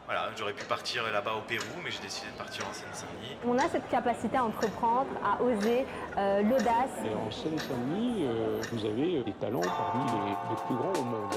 Voilà, j'aurais pu partir là-bas au Pérou, mais j'ai décidé de partir en Seine-Saint-Denis. On a cette capacité à entreprendre, à oser, l'audace. Et en Seine-Saint-Denis, vous avez des talents parmi les plus grands au monde.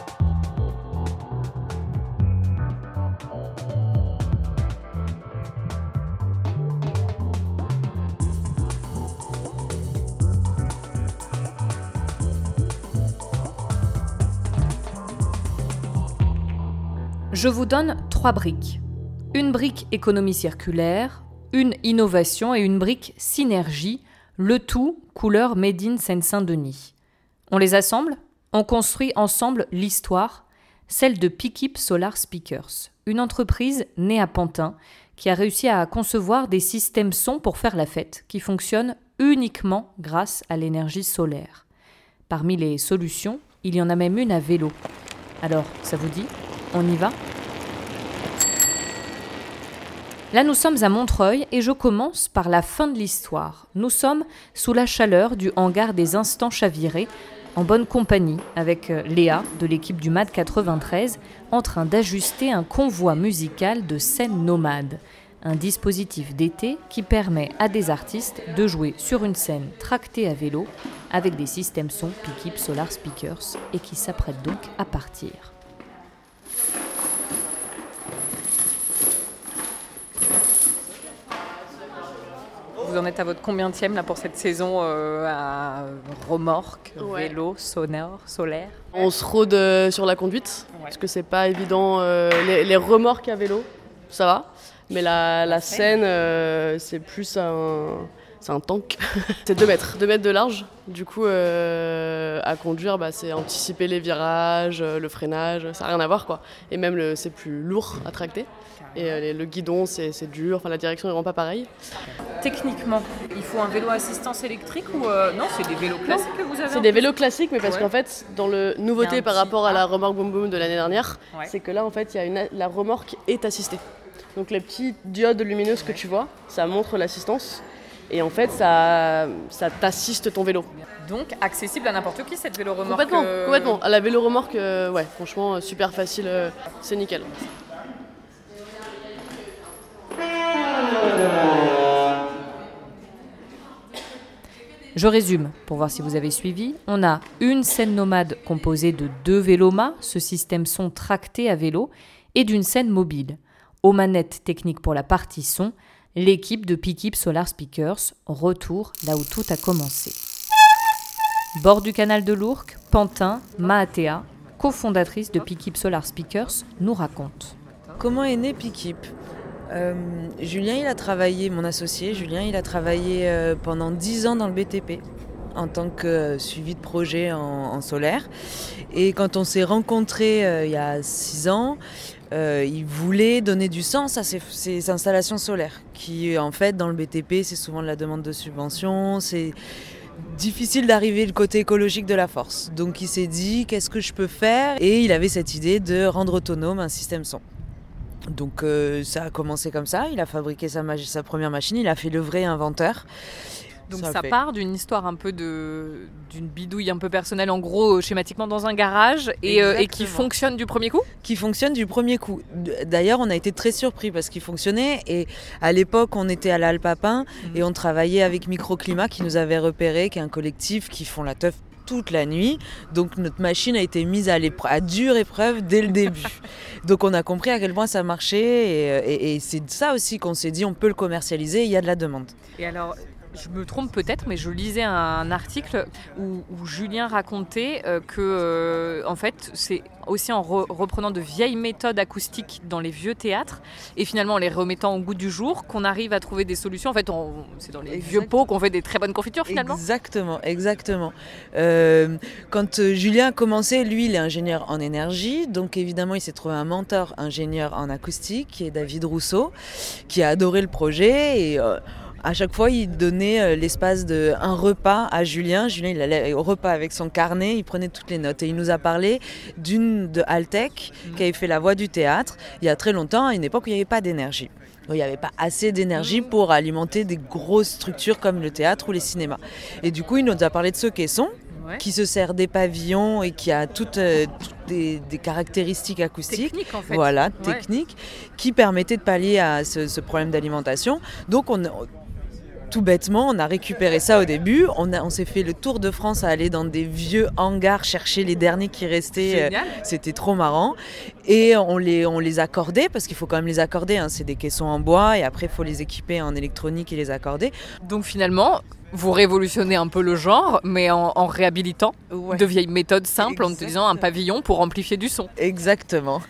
Je vous donne 3 briques. Une brique économie circulaire, une innovation et une brique synergie, le tout couleur Made in Seine-Saint-Denis. On les assemble, on construit ensemble l'histoire, celle de Pikip Solar Speakers, une entreprise née à Pantin qui a réussi à concevoir des systèmes son pour faire la fête qui fonctionnent uniquement grâce à l'énergie solaire. Parmi les solutions, il y en a même une à vélo. Alors, ça vous dit ? On y va ? Là, nous sommes à Montreuil et je commence par la fin de l'histoire. Nous sommes sous la chaleur du hangar des Instants Chavirés, en bonne compagnie avec Léa de l'équipe du MAD 93, en train d'ajuster un convoi musical de scène nomade. Un dispositif d'été qui permet à des artistes de jouer sur une scène tractée à vélo avec des systèmes son Pikip Solar Speakers et qui s'apprête donc à partir. Vous en êtes à votre combienième là pour cette saison à remorque, vélo, solaire? On se rôde sur la conduite, parce que c'est pas évident. Les remorques à vélo, ça va. Mais la Seine, c'est plus c'est un tank. C'est 2 mètres de large. Du coup, à conduire, c'est anticiper les virages, le freinage, ça n'a rien à voir, quoi. Et même, c'est plus lourd à tracter. Et le guidon, c'est dur, la direction n'est vraiment pas pareille. Techniquement, il faut un vélo à assistance électrique ou non, c'est des vélos classiques que vous avez? C'est des vélos classiques, mais parce qu'en fait, dans le nouveauté par rapport à la remorque Boom Boom de l'année dernière, c'est que là, en fait, la remorque est assistée. Donc les petites diodes lumineuses que tu vois, ça montre l'assistance. Et en fait, ça t'assiste ton vélo. Donc accessible à n'importe qui cette vélo-remorque? Complètement. À la vélo-remorque, franchement, super facile, c'est nickel. Je résume, pour voir si vous avez suivi. On a une scène nomade composée de 2 vélomas, ce système son tracté à vélo, et d'une scène mobile. Aux manettes techniques pour la partie son, l'équipe de Pikip Solar Speakers, retour là où tout a commencé. Bord du canal de l'Ourcq, Pantin, Maatea, cofondatrice de Pikip Solar Speakers, nous raconte. Comment est né Pikip ? Julien, mon associé, il a travaillé pendant 10 ans dans le BTP en tant que suivi de projet en solaire. Et quand on s'est rencontrés il y a 6 ans, il voulait donner du sens à ces installations solaires qui, en fait, dans le BTP, c'est souvent de la demande de subventions, c'est difficile d'arriver le côté écologique de la force. Donc il s'est dit, qu'est-ce que je peux faire ? Et il avait cette idée de rendre autonome un système son. Donc ça a commencé comme ça, il a fabriqué sa première machine, il a fait le vrai inventeur. Donc ça part d'une histoire un peu d'une bidouille un peu personnelle, en gros, schématiquement dans un garage, et qui fonctionne du premier coup ? Qui fonctionne du premier coup. D'ailleurs, on a été très surpris parce qu'il fonctionnait, et à l'époque, on était à la Halle Papin, et on travaillait avec Microclimat qui nous avait repéré, qui est un collectif qui font la teuf toute la nuit. Donc notre machine a été mise à dure épreuve dès le début. Donc on a compris à quel point ça marchait, et c'est ça aussi qu'on s'est dit, on peut le commercialiser, il y a de la demande. Et alors, je me trompe peut-être, mais je lisais un article où Julien racontait que, en fait, c'est aussi en reprenant de vieilles méthodes acoustiques dans les vieux théâtres, et finalement en les remettant au goût du jour, qu'on arrive à trouver des solutions. En fait, c'est dans les vieux pots qu'on fait des très bonnes confitures, finalement. Exactement. Quand Julien a commencé, lui, il est ingénieur en énergie, donc évidemment, il s'est trouvé un mentor ingénieur en acoustique, qui est David Rousseau, qui a adoré le projet, et à chaque fois, il donnait l'espace d'un repas à Julien. Julien, il allait au repas avec son carnet, il prenait toutes les notes. Et il nous a parlé d'une de Altec qui avait fait la voix du théâtre il y a très longtemps, à une époque où il n'y avait pas d'énergie. Il n'y avait pas assez d'énergie pour alimenter des grosses structures comme le théâtre ou les cinémas. Et du coup, il nous a parlé de ce caisson. qui se sert des pavillons et qui a toutes des caractéristiques acoustiques. Technique, en fait. Voilà, Ouais. techniques, qui permettaient de pallier à ce problème d'alimentation. Donc tout bêtement, on a récupéré ça au début. On s'est fait le tour de France à aller dans des vieux hangars chercher les derniers qui restaient. Génial. C'était trop marrant. Et on les accordait, parce qu'il faut quand même les accorder. Hein. C'est des caissons en bois et après, il faut les équiper en électronique et les accorder. Donc finalement, vous révolutionnez un peu le genre, mais en réhabilitant Ouais. de vieilles méthodes simples, en utilisant un pavillon pour amplifier du son. Exactement.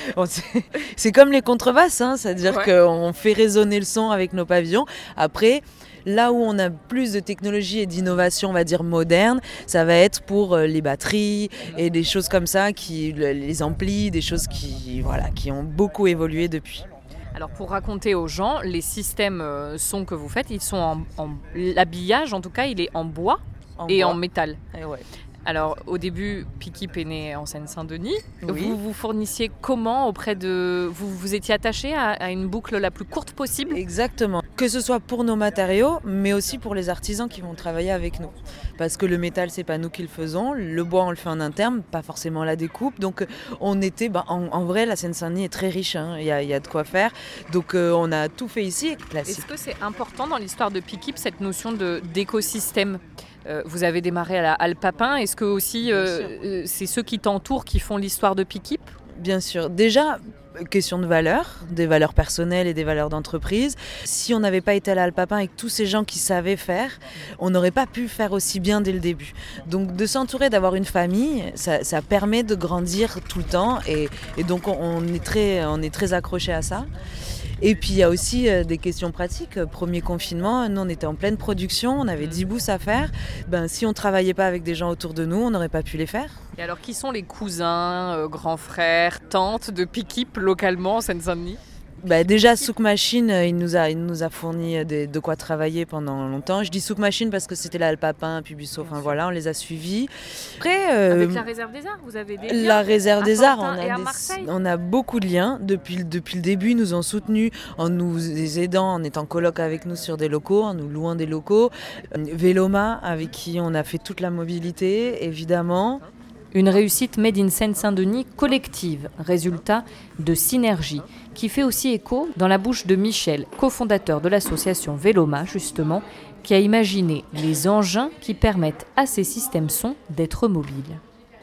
C'est comme les contrebasses, hein, c'est-à-dire Ouais. qu'on fait résonner le son avec nos pavillons. Après, là où on a plus de technologie et d'innovation, on va dire moderne, ça va être pour les batteries et des choses comme ça, les amplis, des choses qui ont beaucoup évolué depuis. Alors pour raconter aux gens, les systèmes son que vous faites, ils sont l'habillage en tout cas, il est en bois et en métal. Et ouais. Alors au début, Pikip est né en Seine-Saint-Denis. Oui. Vous vous fournissiez comment auprès de... Vous étiez attaché à une boucle la plus courte possible? Exactement. Que ce soit pour nos matériaux, mais aussi pour les artisans qui vont travailler avec nous. Parce que le métal, c'est pas nous qui le faisons. Le bois, on le fait en interne, pas forcément la découpe. Donc on était... en vrai, la Seine-Saint-Denis est très riche. Hein. Il y a de quoi faire. Donc on a tout fait ici. Classique. Est-ce que c'est important dans l'histoire de Pikip, cette notion d'écosystème? Vous avez démarré à la Halle Papin. Est-ce que aussi c'est ceux qui t'entourent qui font l'histoire de Pikip? Bien sûr. Déjà, question de valeurs, des valeurs personnelles et des valeurs d'entreprise. Si on n'avait pas été à la Halle Papin avec tous ces gens qui savaient faire, on n'aurait pas pu faire aussi bien dès le début. Donc de s'entourer, d'avoir une famille, ça permet de grandir tout le temps et donc on est très accroché à ça. Et puis il y a aussi des questions pratiques. Premier confinement, nous on était en pleine production, on avait 10 bousses à faire. Si on ne travaillait pas avec des gens autour de nous, on n'aurait pas pu les faire. Et alors qui sont les cousins, grands frères, tantes de Pikip localement en Seine-Saint-Denis? Déjà, Souk Machine, il nous a fourni de quoi travailler pendant longtemps. Je dis Souk Machine parce que c'était la Halle Papin, puis Busso, on les a suivis. Après, avec la Réserve des Arts, vous avez des liens? La Réserve des Arts, Marseille. on a beaucoup de liens. Depuis le début, ils nous ont soutenus en nous aidant, en étant coloc avec nous sur des locaux, en nous louant des locaux. Véloma, avec qui on a fait toute la mobilité, évidemment. Une réussite made in Seine-Saint-Denis collective, résultat de synergie, qui fait aussi écho dans la bouche de Michel, cofondateur de l'association Véloma, justement, qui a imaginé les engins qui permettent à ces systèmes son d'être mobiles.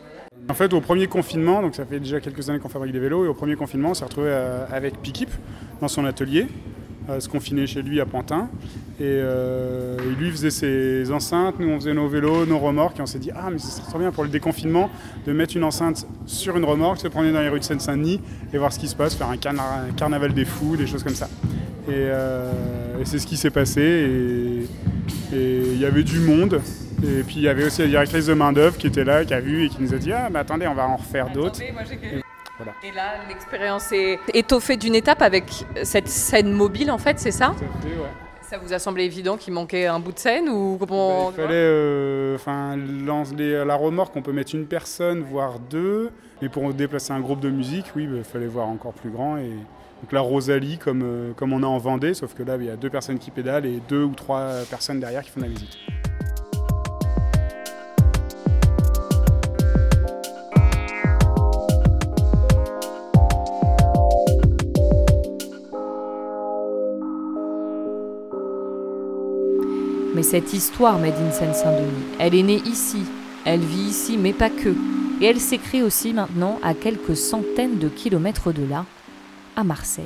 En fait, au premier confinement, donc ça fait déjà quelques années qu'on fabrique des vélos, et au premier confinement, on s'est retrouvé avec Pikip dans son atelier, se confiner chez lui à Pantin. Et lui faisait ses enceintes, nous on faisait nos vélos, nos remorques, et on s'est dit mais ce serait trop bien pour le déconfinement de mettre une enceinte sur une remorque, se promener dans les rues de Seine-Saint-Denis et voir ce qui se passe, faire un carnaval des fous, des choses comme ça. Et c'est ce qui s'est passé, et il y avait du monde. Et puis il y avait aussi la directrice de main d'œuvre qui était là, qui a vu et qui nous a dit mais attendez, on va en refaire d'autres. Voilà. Et là, l'expérience est étoffée d'une étape avec cette scène mobile, en fait, c'est ça? Tout à fait, ouais. Ça vous a semblé évident qu'il manquait un bout de scène ou comment? Il fallait, la remorque, on peut mettre une personne, voire deux. Mais pour déplacer un groupe de musique, oui, il fallait voir encore plus grand. Et donc la Rosalie, comme on a en Vendée, sauf que là, il y a 2 personnes qui pédalent et 2 ou 3 personnes derrière qui font de la musique. Mais cette histoire made in Seine-Saint-Denis, elle est née ici, elle vit ici, mais pas que. Et elle s'écrit aussi maintenant à quelques centaines de kilomètres de là, à Marseille.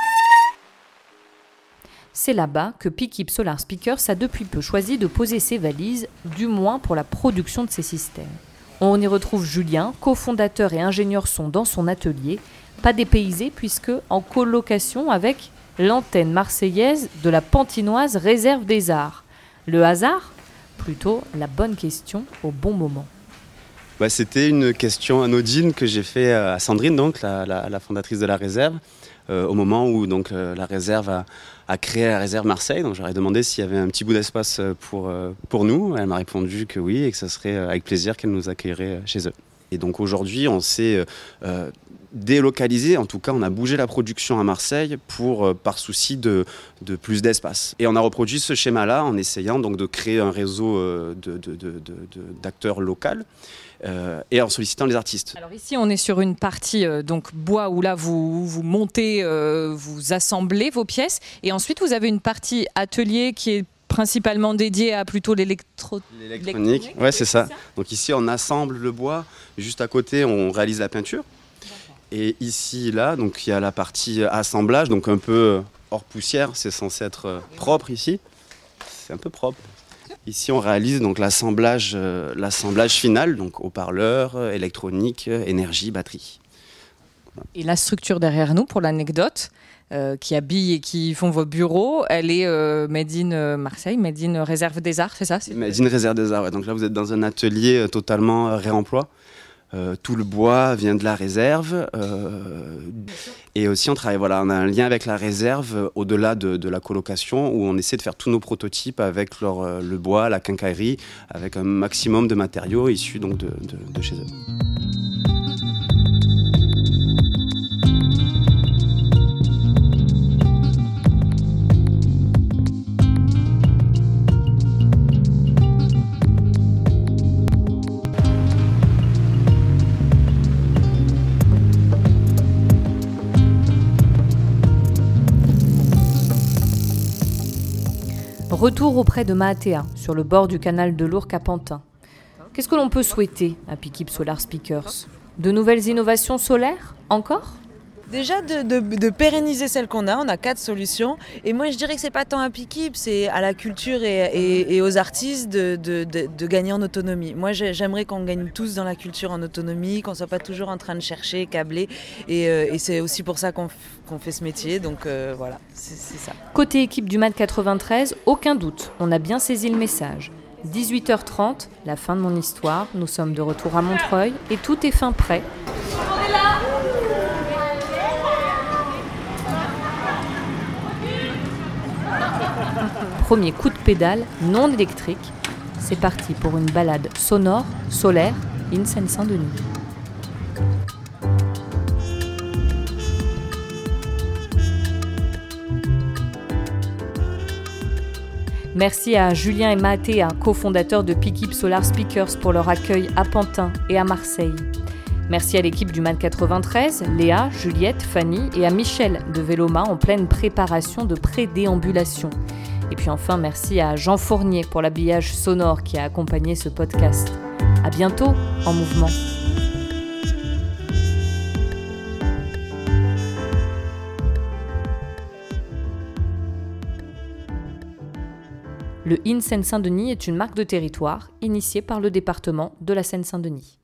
C'est là-bas que Pikip Solar Speakers a depuis peu choisi de poser ses valises, du moins pour la production de ses systèmes. On y retrouve Julien, cofondateur et ingénieur son dans son atelier, pas dépaysé puisque en colocation avec l'antenne marseillaise de la Pantinoise Réserve des Arts. Le hasard? Plutôt la bonne question au bon moment. C'était une question anodine que j'ai fait à Sandrine, donc, la fondatrice de la réserve, au moment où donc, la réserve a créé la réserve Marseille. Donc, j'aurais demandé s'il y avait un petit bout d'espace pour nous. Elle m'a répondu que oui et que ce serait avec plaisir qu'elle nous accueillerait chez eux. Et donc aujourd'hui, on s'est délocalisé, en tout cas on a bougé la production à Marseille par souci de plus d'espace. Et on a reproduit ce schéma-là en essayant donc de créer un réseau d'acteurs locaux et en sollicitant les artistes. Alors ici on est sur une partie donc bois où là vous montez, vous assemblez vos pièces et ensuite vous avez une partie atelier qui est principalement dédiée à plutôt l'électronique. Ouais, c'est ça. Donc ici on assemble le bois, juste à côté on réalise la peinture. Et ici là donc il y a la partie assemblage, donc un peu hors poussière, c'est censé être propre ici. C'est un peu propre. Ici, on réalise donc l'assemblage final, donc haut-parleurs, électronique, énergie, batterie. Et la structure derrière nous, pour l'anecdote, qui habille et qui font vos bureaux, elle est made in Marseille, made in Réserve des Arts, c'est ça? Made in Réserve des Arts, ouais. Donc là, vous êtes dans un atelier totalement réemploi. Tout le bois vient de la réserve et aussi on travaille, voilà, on a un lien avec la réserve au-delà de la colocation où on essaie de faire tous nos prototypes avec le bois, la quincaillerie, avec un maximum de matériaux issus donc de chez eux. Retour auprès de Maatea, sur le bord du canal de l'Ourcq à Pantin. Qu'est-ce que l'on peut souhaiter à Pikip Solar Speakers? De nouvelles innovations solaires? Encore? Déjà de pérenniser celles qu'on a, on a 4 solutions. Et moi je dirais que c'est pas tant à Pikip, c'est à la culture et aux artistes de gagner en autonomie. Moi j'aimerais qu'on gagne tous dans la culture en autonomie, qu'on soit pas toujours en train de chercher, câbler. Et c'est aussi pour ça qu'on fait ce métier, donc voilà, c'est ça. Côté équipe du MAD 93, aucun doute, on a bien saisi le message. 18h30, la fin de mon histoire, nous sommes de retour à Montreuil et tout est fin prêt. On est là! Premier coup de pédale non électrique, c'est parti pour une balade sonore, solaire, in Seine-Saint-Denis. Merci à Julien et Maatea, cofondateurs de Pikip Solar Speakers, pour leur accueil à Pantin et à Marseille. Merci à l'équipe du MAD 93, Léa, Juliette, Fanny et à Michel de Véloma en pleine préparation de pré-déambulation. Et puis enfin, merci à Jean Fournier pour l'habillage sonore qui a accompagné ce podcast. À bientôt en mouvement. Le IN Seine-Saint-Denis est une marque de territoire initiée par le département de la Seine-Saint-Denis.